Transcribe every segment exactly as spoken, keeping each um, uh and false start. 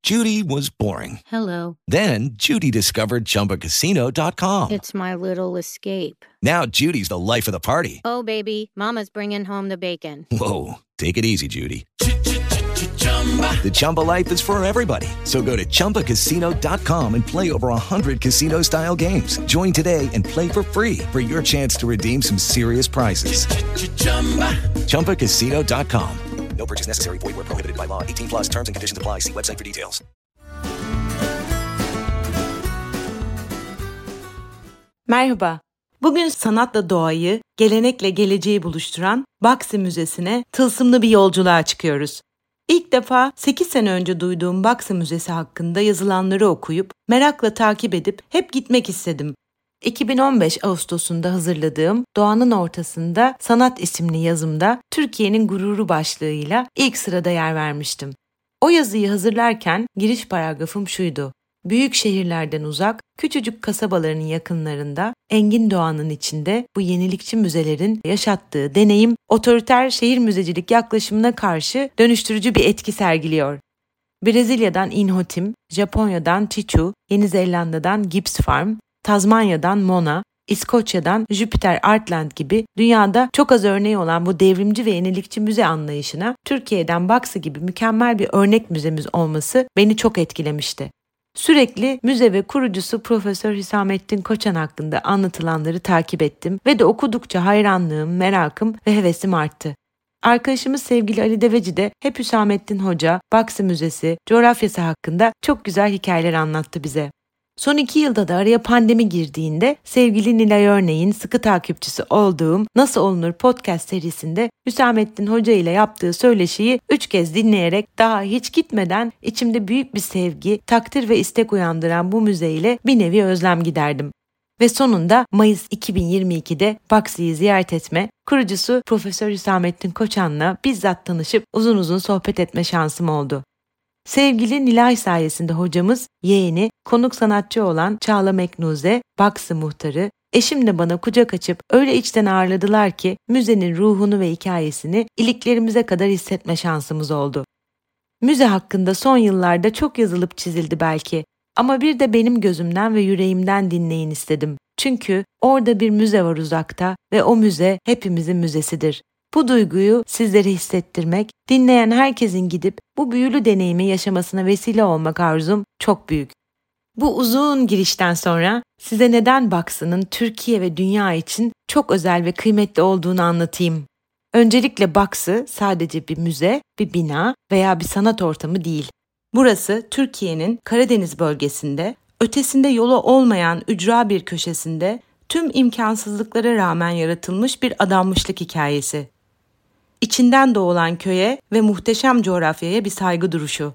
Judy was boring. Hello. Then Judy discovered Chumba Casino dot com. It's my little escape. Now Judy's the life of the party. Oh, baby, mama's bringing home the bacon. Whoa, take it easy, Judy. The Chumba life is for everybody. So go to Chumba Casino dot com and play over one hundred casino-style games. Join today and play for free for your chance to redeem some serious prizes. Chumba Casino dot com. No purchase necessary. Void where prohibited by law. eighteen plus terms and conditions apply. See website for details. Merhaba. Bugün sanatla doğayı, gelenekle geleceği buluşturan Baksı Müzesi'ne tılsımlı bir yolculuğa çıkıyoruz. İlk defa sekiz sene önce duyduğum Baksı Müzesi hakkında yazılanları okuyup, merakla takip edip hep gitmek istedim. iki bin on beş Ağustos'unda hazırladığım Doğanın Ortasında Sanat isimli yazımda Türkiye'nin gururu başlığıyla ilk sırada yer vermiştim. O yazıyı hazırlarken giriş paragrafım şuydu: büyük şehirlerden uzak, küçücük kasabaların yakınlarında, engin doğanın içinde bu yenilikçi müzelerin yaşattığı deneyim, otoriter şehir müzecilik yaklaşımına karşı dönüştürücü bir etki sergiliyor. Brezilya'dan Inhotim, Japonya'dan Chichu, Yeni Zelanda'dan Gibbs Farm, Tazmanya'dan Mona, İskoçya'dan Jupiter Artland gibi dünyada çok az örneği olan bu devrimci ve yenilikçi müze anlayışına Türkiye'den Baksı gibi mükemmel bir örnek müzemiz olması beni çok etkilemişti. Sürekli müze ve kurucusu Profesör Hüsamettin Koçan hakkında anlatılanları takip ettim ve de okudukça hayranlığım, merakım ve hevesim arttı. Arkadaşımız sevgili Ali Deveci de hep Hüsamettin Hoca, Baksı Müzesi, coğrafyası hakkında çok güzel hikayeler anlattı bize. Son iki yılda da araya pandemi girdiğinde sevgili Nilay Örneğin sıkı takipçisi olduğum Nasıl Olunur podcast serisinde Hüsamettin Hoca ile yaptığı söyleşiyi üç kez dinleyerek daha hiç gitmeden içimde büyük bir sevgi, takdir ve istek uyandıran bu müzeyle bir nevi özlem giderdim. Ve sonunda Mayıs iki bin yirmi ikide Baksy'yi ziyaret etme, kurucusu Profesör Hüsamettin Koçan'la bizzat tanışıp uzun uzun sohbet etme şansım oldu. Sevgili Nilay sayesinde hocamız, yeğeni, konuk sanatçı olan Çağla Meknuze, Baksı muhtarı, eşim de bana kucak açıp öyle içten ağırladılar ki müzenin ruhunu ve hikayesini iliklerimize kadar hissetme şansımız oldu. Müze hakkında son yıllarda çok yazılıp çizildi belki ama bir de benim gözümden ve yüreğimden dinleyin istedim. Çünkü orada bir müze var uzakta ve o müze hepimizin müzesidir. Bu duyguyu sizlere hissettirmek, dinleyen herkesin gidip bu büyülü deneyimi yaşamasına vesile olmak arzum çok büyük. Bu uzun girişten sonra size neden Baksy'nın Türkiye ve dünya için çok özel ve kıymetli olduğunu anlatayım. Öncelikle Baksı sadece bir müze, bir bina veya bir sanat ortamı değil. Burası Türkiye'nin Karadeniz bölgesinde, ötesinde yolu olmayan ücra bir köşesinde tüm imkansızlıklara rağmen yaratılmış bir adanmışlık hikayesi. İçinden doğulan köye ve muhteşem coğrafyaya bir saygı duruşu.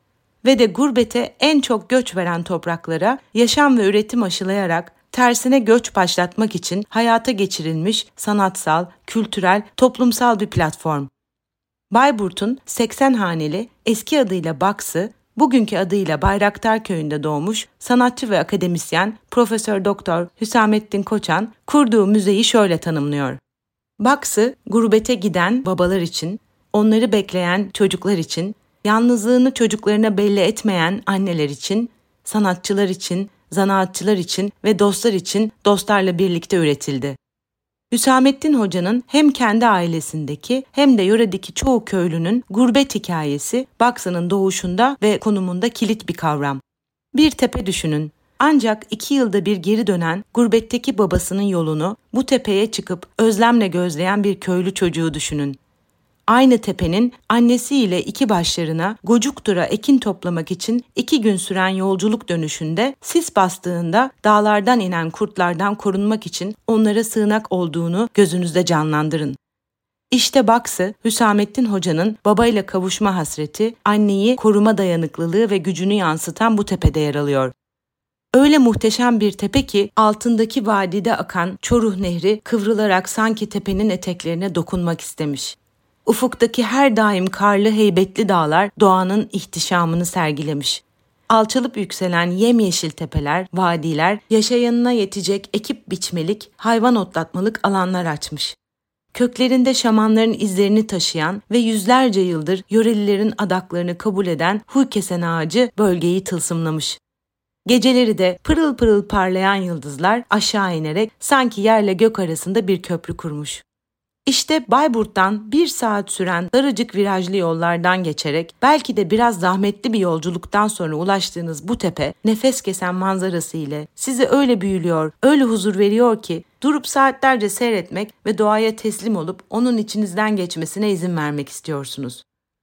Ve de gurbete en çok göç veren topraklara yaşam ve üretim aşılayarak tersine göç başlatmak için hayata geçirilmiş sanatsal, kültürel, toplumsal bir platform. Bayburt'un seksen haneli eski adıyla Baksı, bugünkü adıyla Bayraktar Köyü'nde doğmuş sanatçı ve akademisyen Profesör Doktor Hüsamettin Koçan kurduğu müzeyi şöyle tanımlıyor. Baksı, gurbete giden babalar için, onları bekleyen çocuklar için, yalnızlığını çocuklarına belli etmeyen anneler için, sanatçılar için, zanaatçılar için ve dostlar için dostlarla birlikte üretildi. Hüsamettin Hoca'nın hem kendi ailesindeki hem de yöredeki çoğu köylünün gurbet hikayesi Baksy'nın doğuşunda ve konumunda kilit bir kavram. Bir tepe düşünün. Ancak iki yılda bir geri dönen gurbetteki babasının yolunu bu tepeye çıkıp özlemle gözleyen bir köylü çocuğu düşünün. Aynı tepenin annesiyle iki başlarına Gocuktur'a ekin toplamak için iki gün süren yolculuk dönüşünde sis bastığında dağlardan inen kurtlardan korunmak için onlara sığınak olduğunu gözünüzde canlandırın. İşte Baksı, Hüsamettin Hoca'nın babayla kavuşma hasreti, anneyi koruma dayanıklılığı ve gücünü yansıtan bu tepede yer alıyor. Öyle muhteşem bir tepe ki altındaki vadide akan Çoruh Nehri kıvrılarak sanki tepenin eteklerine dokunmak istemiş. Ufuktaki her daim karlı heybetli dağlar doğanın ihtişamını sergilemiş. Alçalıp yükselen yemyeşil tepeler, vadiler yaşayanına yetecek ekip biçmelik, hayvan otlatmalık alanlar açmış. köklerinde şamanların izlerini taşıyan ve yüzlerce yıldır yörelilerin adaklarını kabul eden huykesen ağacı bölgeyi tılsımlamış. Geceleri de pırıl pırıl parlayan yıldızlar aşağı inerek sanki yerle gök arasında bir köprü kurmuş. İşte Bayburt'tan bir saat süren daracık virajlı yollardan geçerek belki de biraz zahmetli bir yolculuktan sonra ulaştığınız bu tepe nefes kesen manzarası ile sizi öyle büyülüyor, öyle huzur veriyor ki durup saatlerce seyretmek ve doğaya teslim olup onun içinizden geçmesine izin vermek istiyorsunuz.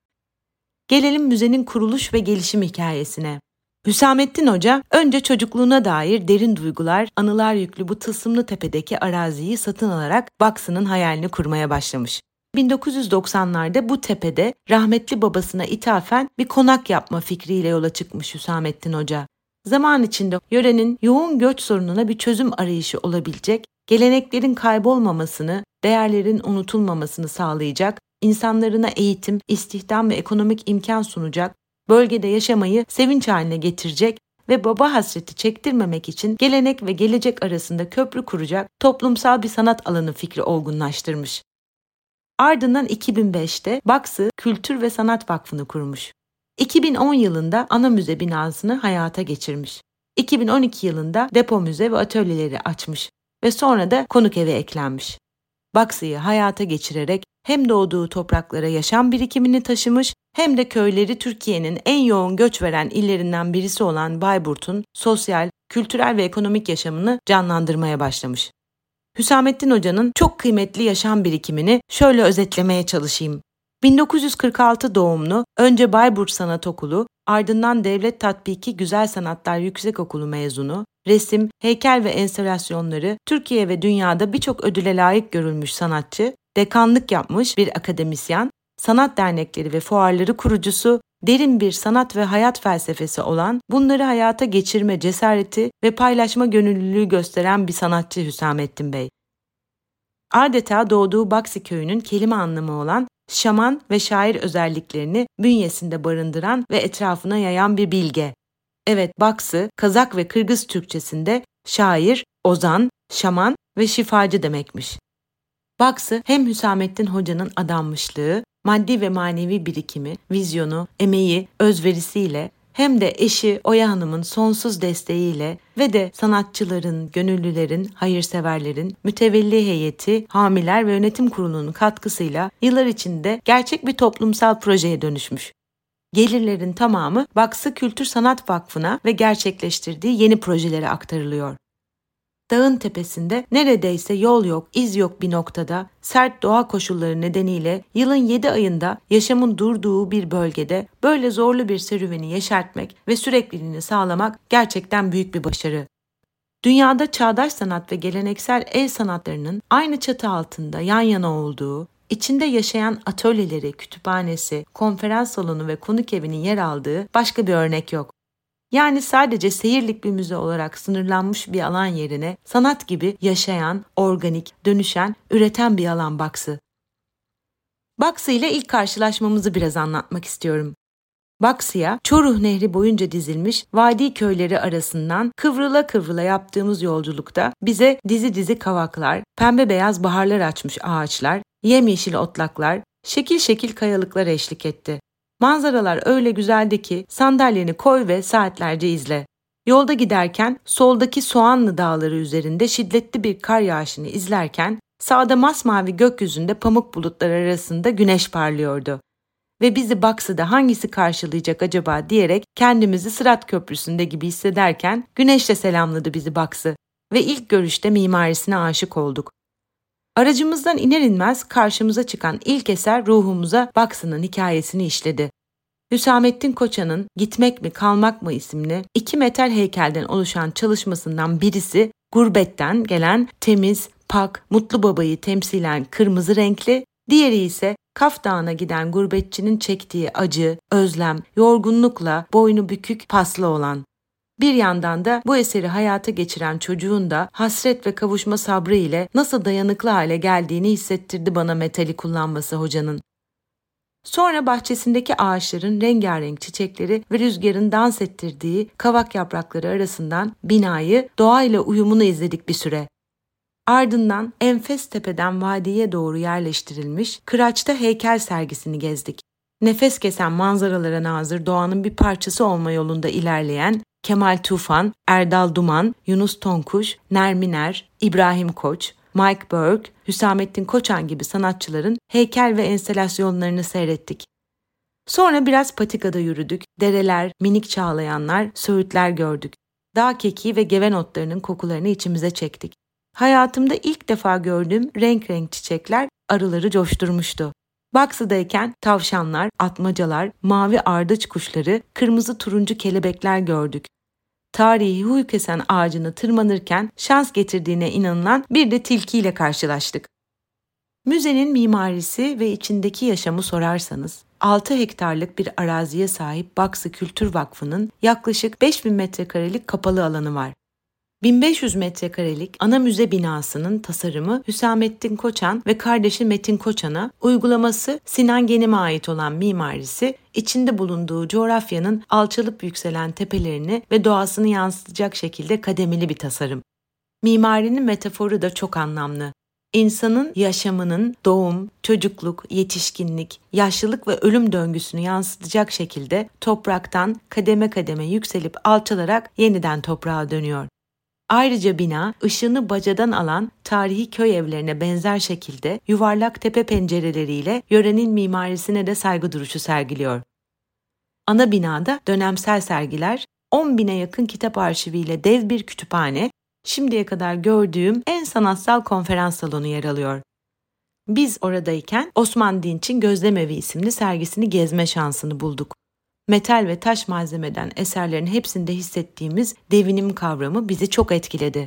Gelelim müzenin kuruluş ve gelişim hikayesine. Hüsamettin Hoca önce çocukluğuna dair derin duygular, anılar yüklü bu tılsımlı tepedeki araziyi satın alarak Baksı'nın hayalini kurmaya başlamış. bin dokuz yüz doksanlarda bu tepede rahmetli babasına ithafen bir konak yapma fikriyle yola çıkmış Hüsamettin Hoca. Zaman içinde yörenin yoğun göç sorununa bir çözüm arayışı olabilecek, geleneklerin kaybolmamasını, değerlerin unutulmamasını sağlayacak, insanlarına eğitim, istihdam ve ekonomik imkan sunacak, bölgede yaşamayı sevinç haline getirecek ve baba hasreti çektirmemek için gelenek ve gelecek arasında köprü kuracak toplumsal bir sanat alanı fikri olgunlaştırmış. Ardından iki bin beşte Baksı Kültür ve Sanat Vakfı'nı kurmuş. iki bin on yılında ana müze binasını hayata geçirmiş. iki bin on iki yılında depo müze ve atölyeleri açmış ve sonra da konuk evi eklenmiş. Baksı'yı hayata geçirerek hem doğduğu topraklara yaşam birikimini taşımış hem de köyleri Türkiye'nin en yoğun göç veren illerinden birisi olan Bayburt'un sosyal, kültürel ve ekonomik yaşamını canlandırmaya başlamış. Hüsamettin Hoca'nın çok kıymetli yaşam birikimini şöyle özetlemeye çalışayım. bin dokuz yüz kırk altı doğumlu, önce Bayburt Sanat Okulu, ardından Devlet Tatbiki Güzel Sanatlar Yüksekokulu mezunu, resim, heykel ve enstalasyonları Türkiye ve dünyada birçok ödüle layık görülmüş sanatçı, dekanlık yapmış bir akademisyen, sanat dernekleri ve fuarları kurucusu, derin bir sanat ve hayat felsefesi olan, bunları hayata geçirme cesareti ve paylaşma gönüllülüğü gösteren bir sanatçı Hüsamettin Bey. Adeta doğduğu Baksı köyünün kelime anlamı olan şaman ve şair özelliklerini bünyesinde barındıran ve etrafına yayan bir bilge. Evet, Baksı, Kazak ve Kırgız Türkçesinde şair, ozan, şaman ve şifacı demekmiş. Baksı hem Hüsamettin Hoca'nın adanmışlığı, maddi ve manevi birikimi, vizyonu, emeği, özverisiyle hem de eşi Oya Hanım'ın sonsuz desteğiyle ve de sanatçıların, gönüllülerin, hayırseverlerin, mütevelli heyeti, hamiler ve yönetim kurulunun katkısıyla yıllar içinde gerçek bir toplumsal projeye dönüşmüş. Gelirlerin tamamı Baksı Kültür Sanat Vakfı'na ve gerçekleştirdiği yeni projelere aktarılıyor. Dağın tepesinde neredeyse yol yok, iz yok bir noktada, sert doğa koşulları nedeniyle yılın yedi ayında yaşamın durduğu bir bölgede böyle zorlu bir serüveni yeşertmek ve sürekliliğini sağlamak gerçekten büyük bir başarı. Dünyada çağdaş sanat ve geleneksel el sanatlarının aynı çatı altında yan yana olduğu, içinde yaşayan atölyeleri, kütüphanesi, konferans salonu ve konuk evinin yer aldığı başka bir örnek yok. Yani sadece seyirlik bir müze olarak sınırlanmış bir alan yerine sanat gibi yaşayan, organik, dönüşen, üreten bir alan Baksı. Baksı ile ilk karşılaşmamızı biraz anlatmak istiyorum. Baksı'ya Çoruh Nehri boyunca dizilmiş vadi köyleri arasından kıvrıla kıvrıla yaptığımız yolculukta bize dizi dizi kavaklar, pembe beyaz baharlar açmış ağaçlar, yemyeşil otlaklar, şekil şekil kayalıklar eşlik etti. Manzaralar öyle güzeldi ki sandalyeni koy ve saatlerce izle. Yolda giderken soldaki Soğanlı Dağları üzerinde şiddetli bir kar yağışını izlerken sağda masmavi gökyüzünde pamuk bulutlar arasında güneş parlıyordu. Ve bizi Baksı'da hangisi karşılayacak acaba diyerek kendimizi Sırat Köprüsü'nde gibi hissederken güneşle selamladı bizi Baksı ve ilk görüşte mimarisine aşık olduk. Aracımızdan iner inmez karşımıza çıkan ilk eser ruhumuza Baksı'nın hikayesini işledi. Hüsamettin Koçan'ın Gitmek mi Kalmak mı isimli iki metal heykelden oluşan çalışmasından birisi gurbetten gelen temiz, pak, mutlu babayı temsilen kırmızı renkli, diğeri ise Kaf Dağı'na giden gurbetçinin çektiği acı, özlem, yorgunlukla boynu bükük paslı olan. Bir yandan da bu eseri hayata geçiren çocuğun da hasret ve kavuşma sabrı ile nasıl dayanıklı hale geldiğini hissettirdi bana metali kullanması hocanın. Sonra bahçesindeki ağaçların rengarenk çiçekleri ve rüzgarın dans ettirdiği kavak yaprakları arasından binayı, doğayla uyumunu izledik bir süre. Ardından Enfes Tepe'den vadiye doğru yerleştirilmiş Kıraç'ta heykel sergisini gezdik. Nefes kesen manzaralara nazır doğanın bir parçası olma yolunda ilerleyen Kemal Tufan, Erdal Duman, Yunus Tonkuş, Nermin Er, İbrahim Koç, Mike Burke, Hüsamettin Koçan gibi sanatçıların heykel ve enstalasyonlarını seyrettik. Sonra biraz patikada yürüdük, dereler, minik çağlayanlar, söğütler gördük. Dağ kekiği ve geven otlarının kokularını içimize çektik. Hayatımda ilk defa gördüğüm renk renk çiçekler arıları coşturmuştu. Baksı'dayken tavşanlar, atmacalar, mavi ardıç kuşları, kırmızı turuncu kelebekler gördük. Tarihi huy kesen ağacını tırmanırken şans getirdiğine inanılan bir de tilkiyle karşılaştık. Müzenin mimarisi ve içindeki yaşamı sorarsanız, altı hektarlık bir araziye sahip Baksı Kültür Vakfı'nın yaklaşık beş bin metrekarelik kapalı alanı var. bin beş yüz metrekarelik ana müze binasının tasarımı Hüsamettin Koçan ve kardeşi Metin Koçan'a, uygulaması Sinan Genim'e ait olan mimarisi, içinde bulunduğu coğrafyanın alçalıp yükselen tepelerini ve doğasını yansıtacak şekilde kademeli bir tasarım. Mimarinin metaforu da çok anlamlı. İnsanın yaşamının doğum, çocukluk, yetişkinlik, yaşlılık ve ölüm döngüsünü yansıtacak şekilde topraktan kademe kademe yükselip alçalarak yeniden toprağa dönüyor. Ayrıca bina, ışığını bacadan alan tarihi köy evlerine benzer şekilde yuvarlak tepe pencereleriyle yörenin mimarisine de saygı duruşu sergiliyor. Ana binada dönemsel sergiler, on bine yakın kitap arşiviyle dev bir kütüphane, şimdiye kadar gördüğüm en sanatsal konferans salonu yer alıyor. Biz oradayken Osman Dinç'in Gözlemevi isimli sergisini gezme şansını bulduk. Metal ve taş malzemeden eserlerin hepsinde hissettiğimiz devinim kavramı bizi çok etkiledi.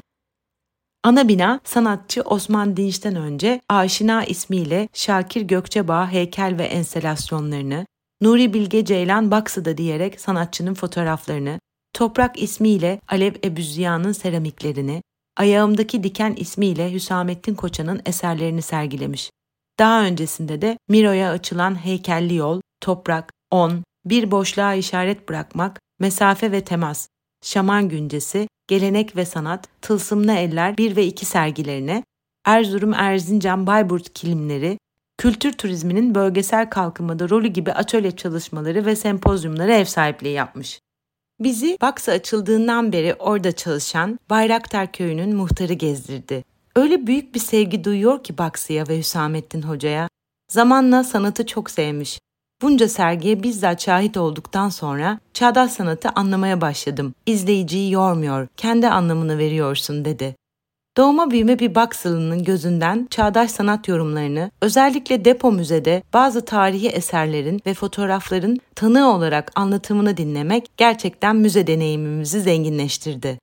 Ana bina, sanatçı Osman Dinç'ten önce Aşina ismiyle Şakir Gökçebağ heykel ve enstalasyonlarını, Nuri Bilge Ceylan Baksı'da diyerek sanatçının fotoğraflarını, Toprak ismiyle Alev Ebüziya'nın seramiklerini, Ayağımdaki Diken ismiyle Hüsamettin Koçan'ın eserlerini sergilemiş. Daha öncesinde de Miro'ya açılan heykelli yol, Toprak, On, Bir boşluğa işaret bırakmak, Mesafe ve temas, Şaman güncesi, Gelenek ve sanat, Tılsımlı eller bir ve iki sergilerine, Erzurum Erzincan Bayburt kilimleri, kültür turizminin bölgesel kalkınmada rolü gibi atölye çalışmaları ve sempozyumlara ev sahipliği yapmış. Bizi Baksı açıldığından beri orada çalışan Bayraktar Köyü'nün muhtarı gezdirdi. Öyle büyük bir sevgi duyuyor ki Baksı'ya ve Hüsamettin Hoca'ya. Zamanla sanatı çok sevmiş. Bunca sergiye bizzat şahit olduktan sonra çağdaş sanatı anlamaya başladım. İzleyiciyi yormuyor, kendi anlamını veriyorsun dedi. Doğma büyüme bir Baksılı'nın gözünden çağdaş sanat yorumlarını, özellikle Depo Müze'de bazı tarihi eserlerin ve fotoğrafların tanığı olarak anlatımını dinlemek gerçekten müze deneyimimizi zenginleştirdi.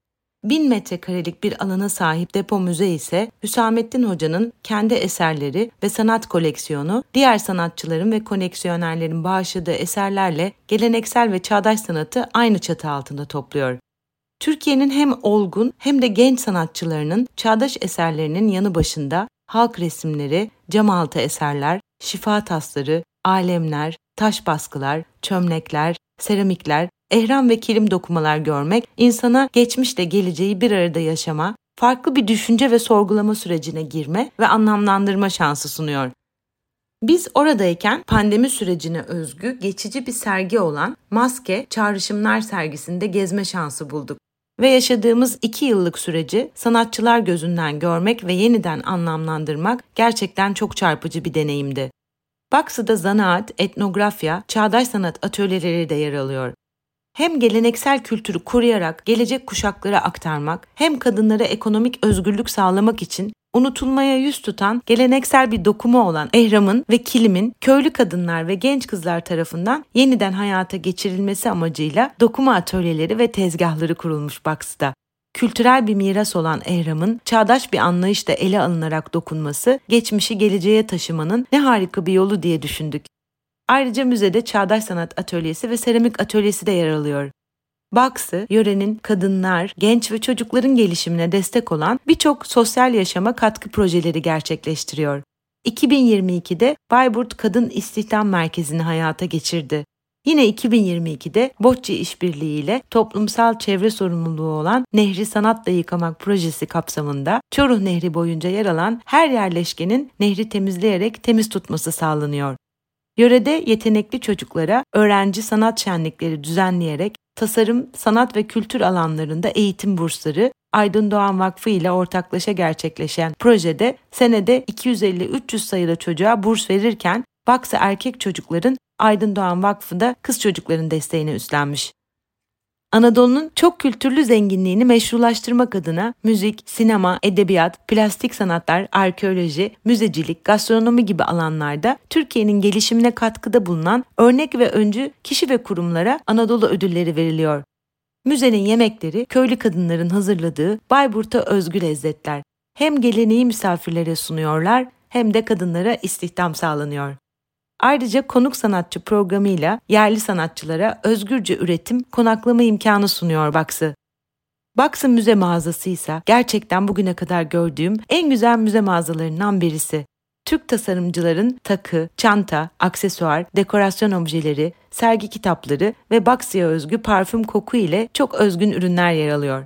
Bin metrekarelik bir alana sahip Depo Müze ise Hüsamettin Hoca'nın kendi eserleri ve sanat koleksiyonu, diğer sanatçıların ve koleksiyonerlerin bağışladığı eserlerle geleneksel ve çağdaş sanatı aynı çatı altında topluyor. Türkiye'nin hem olgun hem de genç sanatçılarının çağdaş eserlerinin yanı başında halk resimleri, camaltı eserler, şifa tasları, alemler, taş baskılar, çömlekler, seramikler, ehram ve kilim dokumalar görmek, insana geçmişle geleceği bir arada yaşama, farklı bir düşünce ve sorgulama sürecine girme ve anlamlandırma şansı sunuyor. Biz oradayken pandemi sürecine özgü geçici bir sergi olan Maske Çağrışımlar sergisinde gezme şansı bulduk. Ve yaşadığımız iki yıllık süreci sanatçılar gözünden görmek ve yeniden anlamlandırmak gerçekten çok çarpıcı bir deneyimdi. Baksı'da zanaat, etnografya, çağdaş sanat atölyeleri de yer alıyor. Hem geleneksel kültürü koruyarak gelecek kuşaklara aktarmak, hem kadınlara ekonomik özgürlük sağlamak için unutulmaya yüz tutan geleneksel bir dokuma olan ehramın ve kilimin köylü kadınlar ve genç kızlar tarafından yeniden hayata geçirilmesi amacıyla dokuma atölyeleri ve tezgahları kurulmuş Baksı'da. Kültürel bir miras olan ehramın çağdaş bir anlayışla ele alınarak dokunması, geçmişi geleceğe taşımanın ne harika bir yolu diye düşündük. Ayrıca müzede çağdaş sanat atölyesi ve seramik atölyesi de yer alıyor. Baksı, yörenin kadınlar, genç ve çocukların gelişimine destek olan birçok sosyal yaşama katkı projeleri gerçekleştiriyor. iki bin yirmi ikide Bayburt Kadın İstihdam Merkezi'ni hayata geçirdi. Yine iki bin yirmi ikide Bocci İşbirliği ile toplumsal çevre sorumluluğu olan Nehri Sanatla Yıkamak projesi kapsamında Çoruh Nehri boyunca yer alan her yerleşkenin nehri temizleyerek temiz tutması sağlanıyor. Yörede yetenekli çocuklara öğrenci sanat şenlikleri düzenleyerek tasarım, sanat ve kültür alanlarında eğitim bursları, Aydın Doğan Vakfı ile ortaklaşa gerçekleşen projede senede iki yüz elli üç yüz sayıda çocuğa burs verirken Baksı erkek çocukların, Aydın Doğan Vakfı da kız çocukların desteğini üstlenmiş. Anadolu'nun çok kültürlü zenginliğini meşrulaştırmak adına müzik, sinema, edebiyat, plastik sanatlar, arkeoloji, müzecilik, gastronomi gibi alanlarda Türkiye'nin gelişimine katkıda bulunan örnek ve öncü kişi ve kurumlara Anadolu ödülleri veriliyor. Müzenin yemekleri köylü kadınların hazırladığı Bayburt'a özgü lezzetler. Hem geleneği misafirlere sunuyorlar hem de kadınlara istihdam sağlanıyor. Ayrıca konuk sanatçı programıyla yerli sanatçılara özgürce üretim, konaklama imkanı sunuyor Baksı. Baksı Müze mağazası ise gerçekten bugüne kadar gördüğüm en güzel müze mağazalarından birisi. Türk tasarımcıların takı, çanta, aksesuar, dekorasyon objeleri, sergi kitapları ve Baksı'ya özgü parfüm koku ile çok özgün ürünler yer alıyor.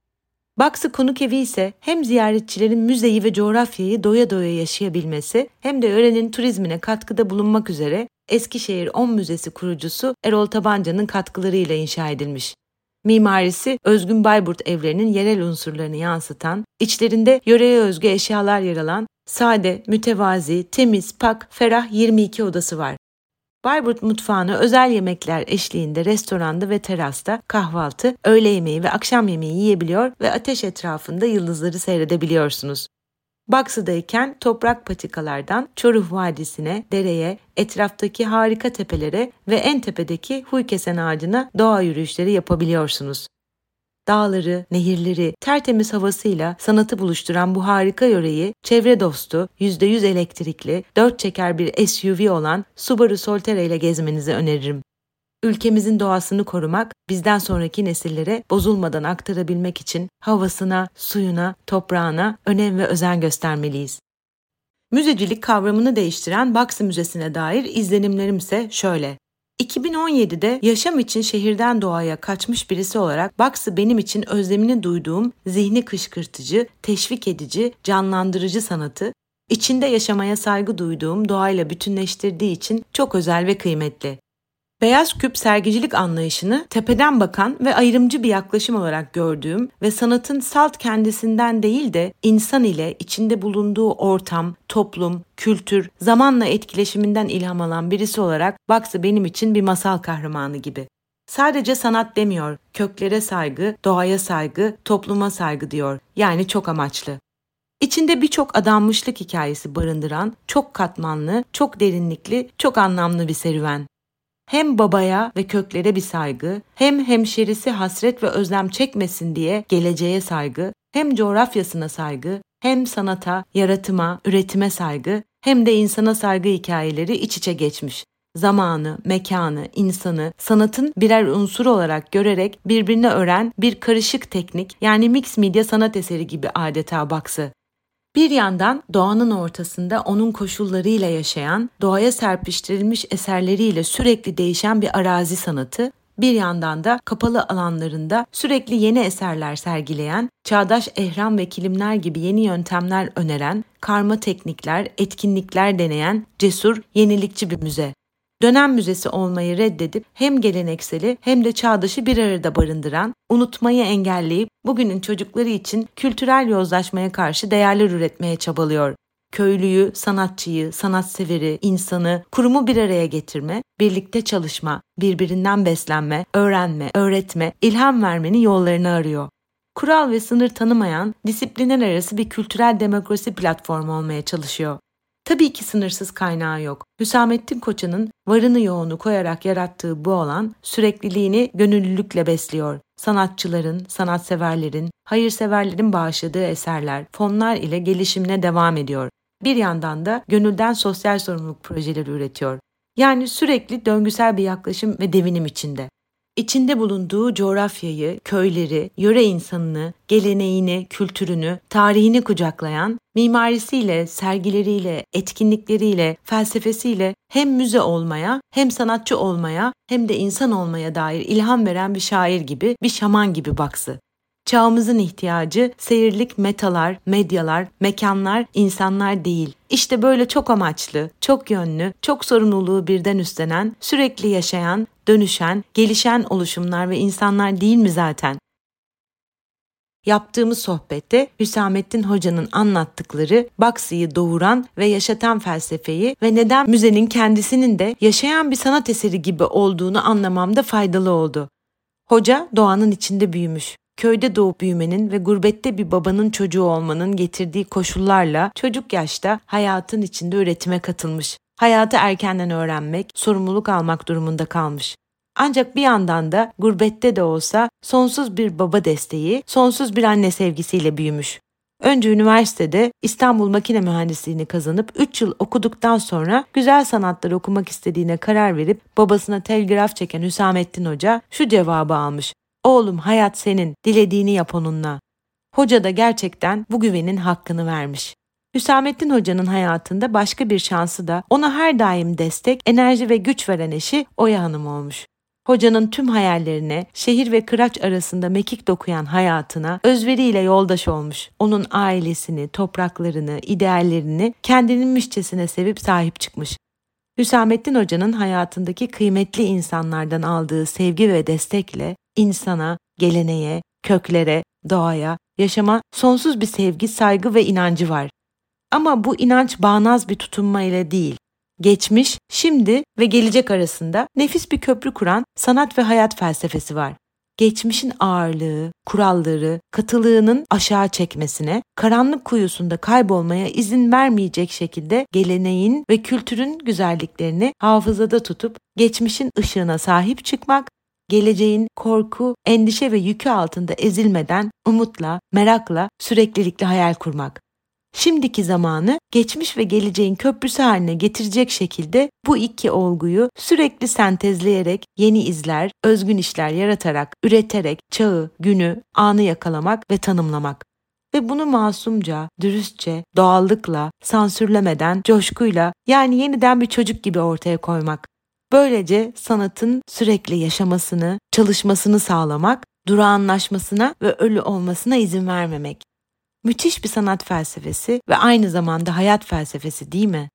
Baksı Konuk Evi ise hem ziyaretçilerin müzeyi ve coğrafyayı doya doya yaşayabilmesi hem de yörenin turizmine katkıda bulunmak üzere Eskişehir On Müzesi kurucusu Erol Tabanca'nın katkılarıyla inşa edilmiş. Mimarisi özgün Bayburt evlerinin yerel unsurlarını yansıtan, içlerinde yöreye özgü eşyalar yer alan, sade, mütevazi, temiz, pak, ferah yirmi iki odası var. Bayburt mutfağını özel yemekler eşliğinde restoranda ve terasta kahvaltı, öğle yemeği ve akşam yemeği yiyebiliyor ve ateş etrafında yıldızları seyredebiliyorsunuz. Baksı'dayken toprak patikalardan Çoruh Vadisi'ne, dereye, etraftaki harika tepelere ve en tepedeki Huykesen ağacına doğa yürüyüşleri yapabiliyorsunuz. Dağları, nehirleri, tertemiz havasıyla sanatı buluşturan bu harika yöreyi çevre dostu, yüzde yüz elektrikli, dört çeker bir S U V olan Subaru Solterra ile gezmenizi öneririm. Ülkemizin doğasını korumak, bizden sonraki nesillere bozulmadan aktarabilmek için havasına, suyuna, toprağına önem ve özen göstermeliyiz. Müzecilik kavramını değiştiren Baksı Müzesi'ne dair izlenimlerim ise şöyle. iki bin on yedide yaşam için şehirden doğaya kaçmış birisi olarak Baksı benim için özlemini duyduğum zihni kışkırtıcı, teşvik edici, canlandırıcı sanatı, içinde yaşamaya saygı duyduğum doğayla bütünleştirdiği için çok özel ve kıymetli. Beyaz küp sergicilik anlayışını tepeden bakan ve ayrımcı bir yaklaşım olarak gördüğüm ve sanatın salt kendisinden değil de insan ile içinde bulunduğu ortam, toplum, kültür, zamanla etkileşiminden ilham alan birisi olarak Baksı benim için bir masal kahramanı gibi. Sadece sanat demiyor, köklere saygı, doğaya saygı, topluma saygı diyor. Yani çok amaçlı. İçinde birçok adanmışlık hikayesi barındıran, çok katmanlı, çok derinlikli, çok anlamlı bir serüven. Hem babaya ve köklere bir saygı, hem hemşerisi hasret ve özlem çekmesin diye geleceğe saygı, hem coğrafyasına saygı, hem sanata, yaratıma, üretime saygı, hem de insana saygı hikayeleri iç içe geçmiş. Zamanı, mekanı, insanı, sanatın birer unsur olarak görerek birbirine ören bir karışık teknik, yani mix medya sanat eseri gibi adeta Baksı. Bir yandan doğanın ortasında onun koşullarıyla yaşayan, doğaya serpiştirilmiş eserleriyle sürekli değişen bir arazi sanatı, bir yandan da kapalı alanlarında sürekli yeni eserler sergileyen, çağdaş ehram ve kilimler gibi yeni yöntemler öneren, karma teknikler, etkinlikler deneyen, cesur, yenilikçi bir müze. Dönem müzesi olmayı reddedip hem gelenekseli hem de çağdaşı bir arada barındıran, unutmayı engelleyip bugünün çocukları için kültürel yozlaşmaya karşı değerler üretmeye çabalıyor. Köylüyü, sanatçıyı, sanatseveri, insanı, kurumu bir araya getirme, birlikte çalışma, birbirinden beslenme, öğrenme, öğretme, ilham vermenin yollarını arıyor. Kural ve sınır tanımayan, disiplinler arası bir kültürel demokrasi platformu olmaya çalışıyor. Tabii ki sınırsız kaynağı yok. Hüsamettin Koçan'ın varını yoğunu koyarak yarattığı bu alan sürekliliğini gönüllülükle besliyor. Sanatçıların, sanatseverlerin, hayırseverlerin bağışladığı eserler, fonlar ile gelişimine devam ediyor. Bir yandan da gönülden sosyal sorumluluk projeleri üretiyor. Yani sürekli döngüsel bir yaklaşım ve devinim içinde. İçinde bulunduğu coğrafyayı, köyleri, yöre insanını, geleneğini, kültürünü, tarihini kucaklayan, mimarisiyle, sergileriyle, etkinlikleriyle, felsefesiyle hem müze olmaya, hem sanatçı olmaya, hem de insan olmaya dair ilham veren bir şair gibi, bir şaman gibi Baksı. Çağımızın ihtiyacı seyirlik metalar, medyalar, mekanlar, insanlar değil. İşte böyle çok amaçlı, çok yönlü, çok sorumluluğu birden üstlenen, sürekli yaşayan, dönüşen, gelişen oluşumlar ve insanlar değil mi zaten? Yaptığımız sohbette Hüsamettin Hoca'nın anlattıkları Baksy'yi doğuran ve yaşatan felsefeyi ve neden müzenin kendisinin de yaşayan bir sanat eseri gibi olduğunu anlamamda faydalı oldu. Hoca doğanın içinde büyümüş. Köyde doğup büyümenin ve gurbette bir babanın çocuğu olmanın getirdiği koşullarla çocuk yaşta hayatın içinde üretime katılmış. Hayatı erkenden öğrenmek, sorumluluk almak durumunda kalmış. Ancak bir yandan da gurbette de olsa sonsuz bir baba desteği, sonsuz bir anne sevgisiyle büyümüş. Önce üniversitede İstanbul Makine Mühendisliğini kazanıp üç yıl okuduktan sonra güzel sanatları okumak istediğine karar verip babasına telgraf çeken Hüsamettin Hoca şu cevabı almış. Oğlum hayat senin, dilediğini yap onunla. Hoca da gerçekten bu güvenin hakkını vermiş. Hüsamettin Hoca'nın hayatında başka bir şansı da ona her daim destek, enerji ve güç veren eşi Oya Hanım olmuş. Hocanın tüm hayallerine, şehir ve kıraç arasında mekik dokuyan hayatına özveriyle yoldaş olmuş. Onun ailesini, topraklarını, ideallerini kendininmişçesine sevip sahip çıkmış. Hüsamettin Hoca'nın hayatındaki kıymetli insanlardan aldığı sevgi ve destekle insana, geleneğe, köklere, doğaya, yaşama sonsuz bir sevgi, saygı ve inancı var. Ama bu inanç bağnaz bir tutunma ile değil. Geçmiş, şimdi ve gelecek arasında nefis bir köprü kuran sanat ve hayat felsefesi var. Geçmişin ağırlığı, kuralları, katılığının aşağı çekmesine, karanlık kuyusunda kaybolmaya izin vermeyecek şekilde geleneğin ve kültürün güzelliklerini hafızada tutup geçmişin ışığına sahip çıkmak, geleceğin korku, endişe ve yükü altında ezilmeden umutla, merakla, süreklilikle hayal kurmak. Şimdiki zamanı geçmiş ve geleceğin köprüsü haline getirecek şekilde bu iki olguyu sürekli sentezleyerek yeni izler, özgün işler yaratarak, üreterek çağı, günü, anı yakalamak ve tanımlamak. Ve bunu masumca, dürüstçe, doğallıkla, sansürlemeden, coşkuyla yani yeniden bir çocuk gibi ortaya koymak. Böylece sanatın sürekli yaşamasını, çalışmasını sağlamak, durağanlaşmasına ve ölü olmasına izin vermemek. Müthiş bir sanat felsefesi ve aynı zamanda hayat felsefesi değil mi?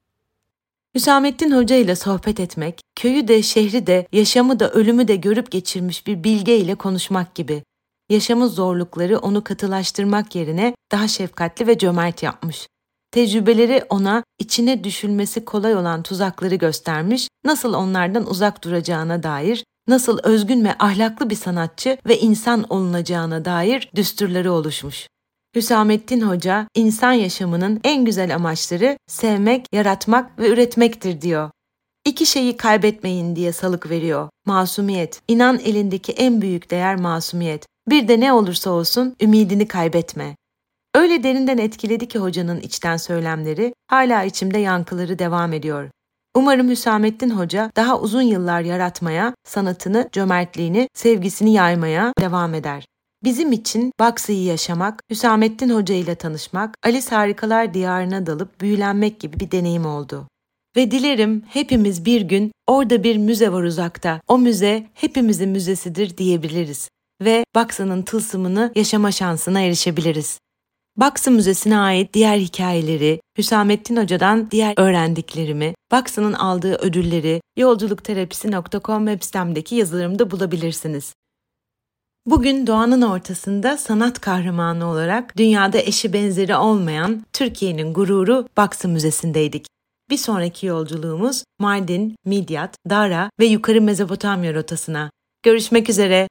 Hüsamettin Hoca ile sohbet etmek, köyü de şehri de yaşamı da ölümü de görüp geçirmiş bir bilge ile konuşmak gibi. Yaşamın zorlukları onu katılaştırmak yerine daha şefkatli ve cömert yapmış. Tecrübeleri ona içine düşülmesi kolay olan tuzakları göstermiş, nasıl onlardan uzak duracağına dair, nasıl özgün ve ahlaklı bir sanatçı ve insan olunacağına dair düsturları oluşmuş. Hüsamettin Hoca, insan yaşamının en güzel amaçları sevmek, yaratmak ve üretmektir diyor. İki şeyi kaybetmeyin diye salık veriyor. Masumiyet, inan elindeki en büyük değer masumiyet. Bir de ne olursa olsun ümidini kaybetme. Öyle derinden etkiledi ki hocanın içten söylemleri, hala içimde yankıları devam ediyor. Umarım Hüsamettin Hoca daha uzun yıllar yaratmaya, sanatını, cömertliğini, sevgisini yaymaya devam eder. Bizim için Baksy'yi yaşamak, Hüsamettin Hoca ile tanışmak, Alice Harikalar Diyarı'na dalıp büyülenmek gibi bir deneyim oldu. Ve dilerim hepimiz bir gün orada bir müze var uzakta, o müze hepimizin müzesidir diyebiliriz ve Baksy'nın tılsımını yaşama şansına erişebiliriz. Baksy Müzesi'ne ait diğer hikayeleri, Hüsamettin Hoca'dan diğer öğrendiklerimi, Baksy'nın aldığı ödülleri yolculukterapisi nokta com web sitemdeki yazılarımda bulabilirsiniz. Bugün doğanın ortasında sanat kahramanı olarak dünyada eşi benzeri olmayan Türkiye'nin gururu Baksy Müzesi'ndeydik. Bir sonraki yolculuğumuz Mardin, Midyat, Dara ve Yukarı Mezopotamya rotasına. Görüşmek üzere.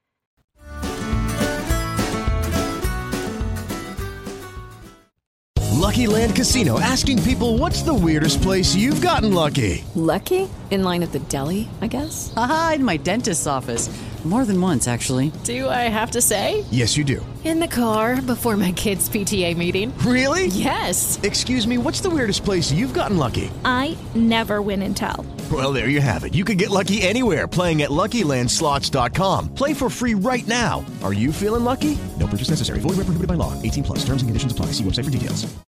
Lucky Land Casino asking people, what's the weirdest place you've gotten lucky? Lucky? In line at the deli, I guess? Aha, in my dentist's office. More than once, actually. Do I have to say? Yes, you do. In the car before my kids' P T A meeting. Really? Yes. Excuse me, what's the weirdest place you've gotten lucky? I never win and tell. Well, there you have it. You can get lucky anywhere, playing at Lucky Land Slots dot com. Play for free right now. Are you feeling lucky? No purchase necessary. Void where prohibited by law. eighteen plus. Terms and conditions apply. See website for details.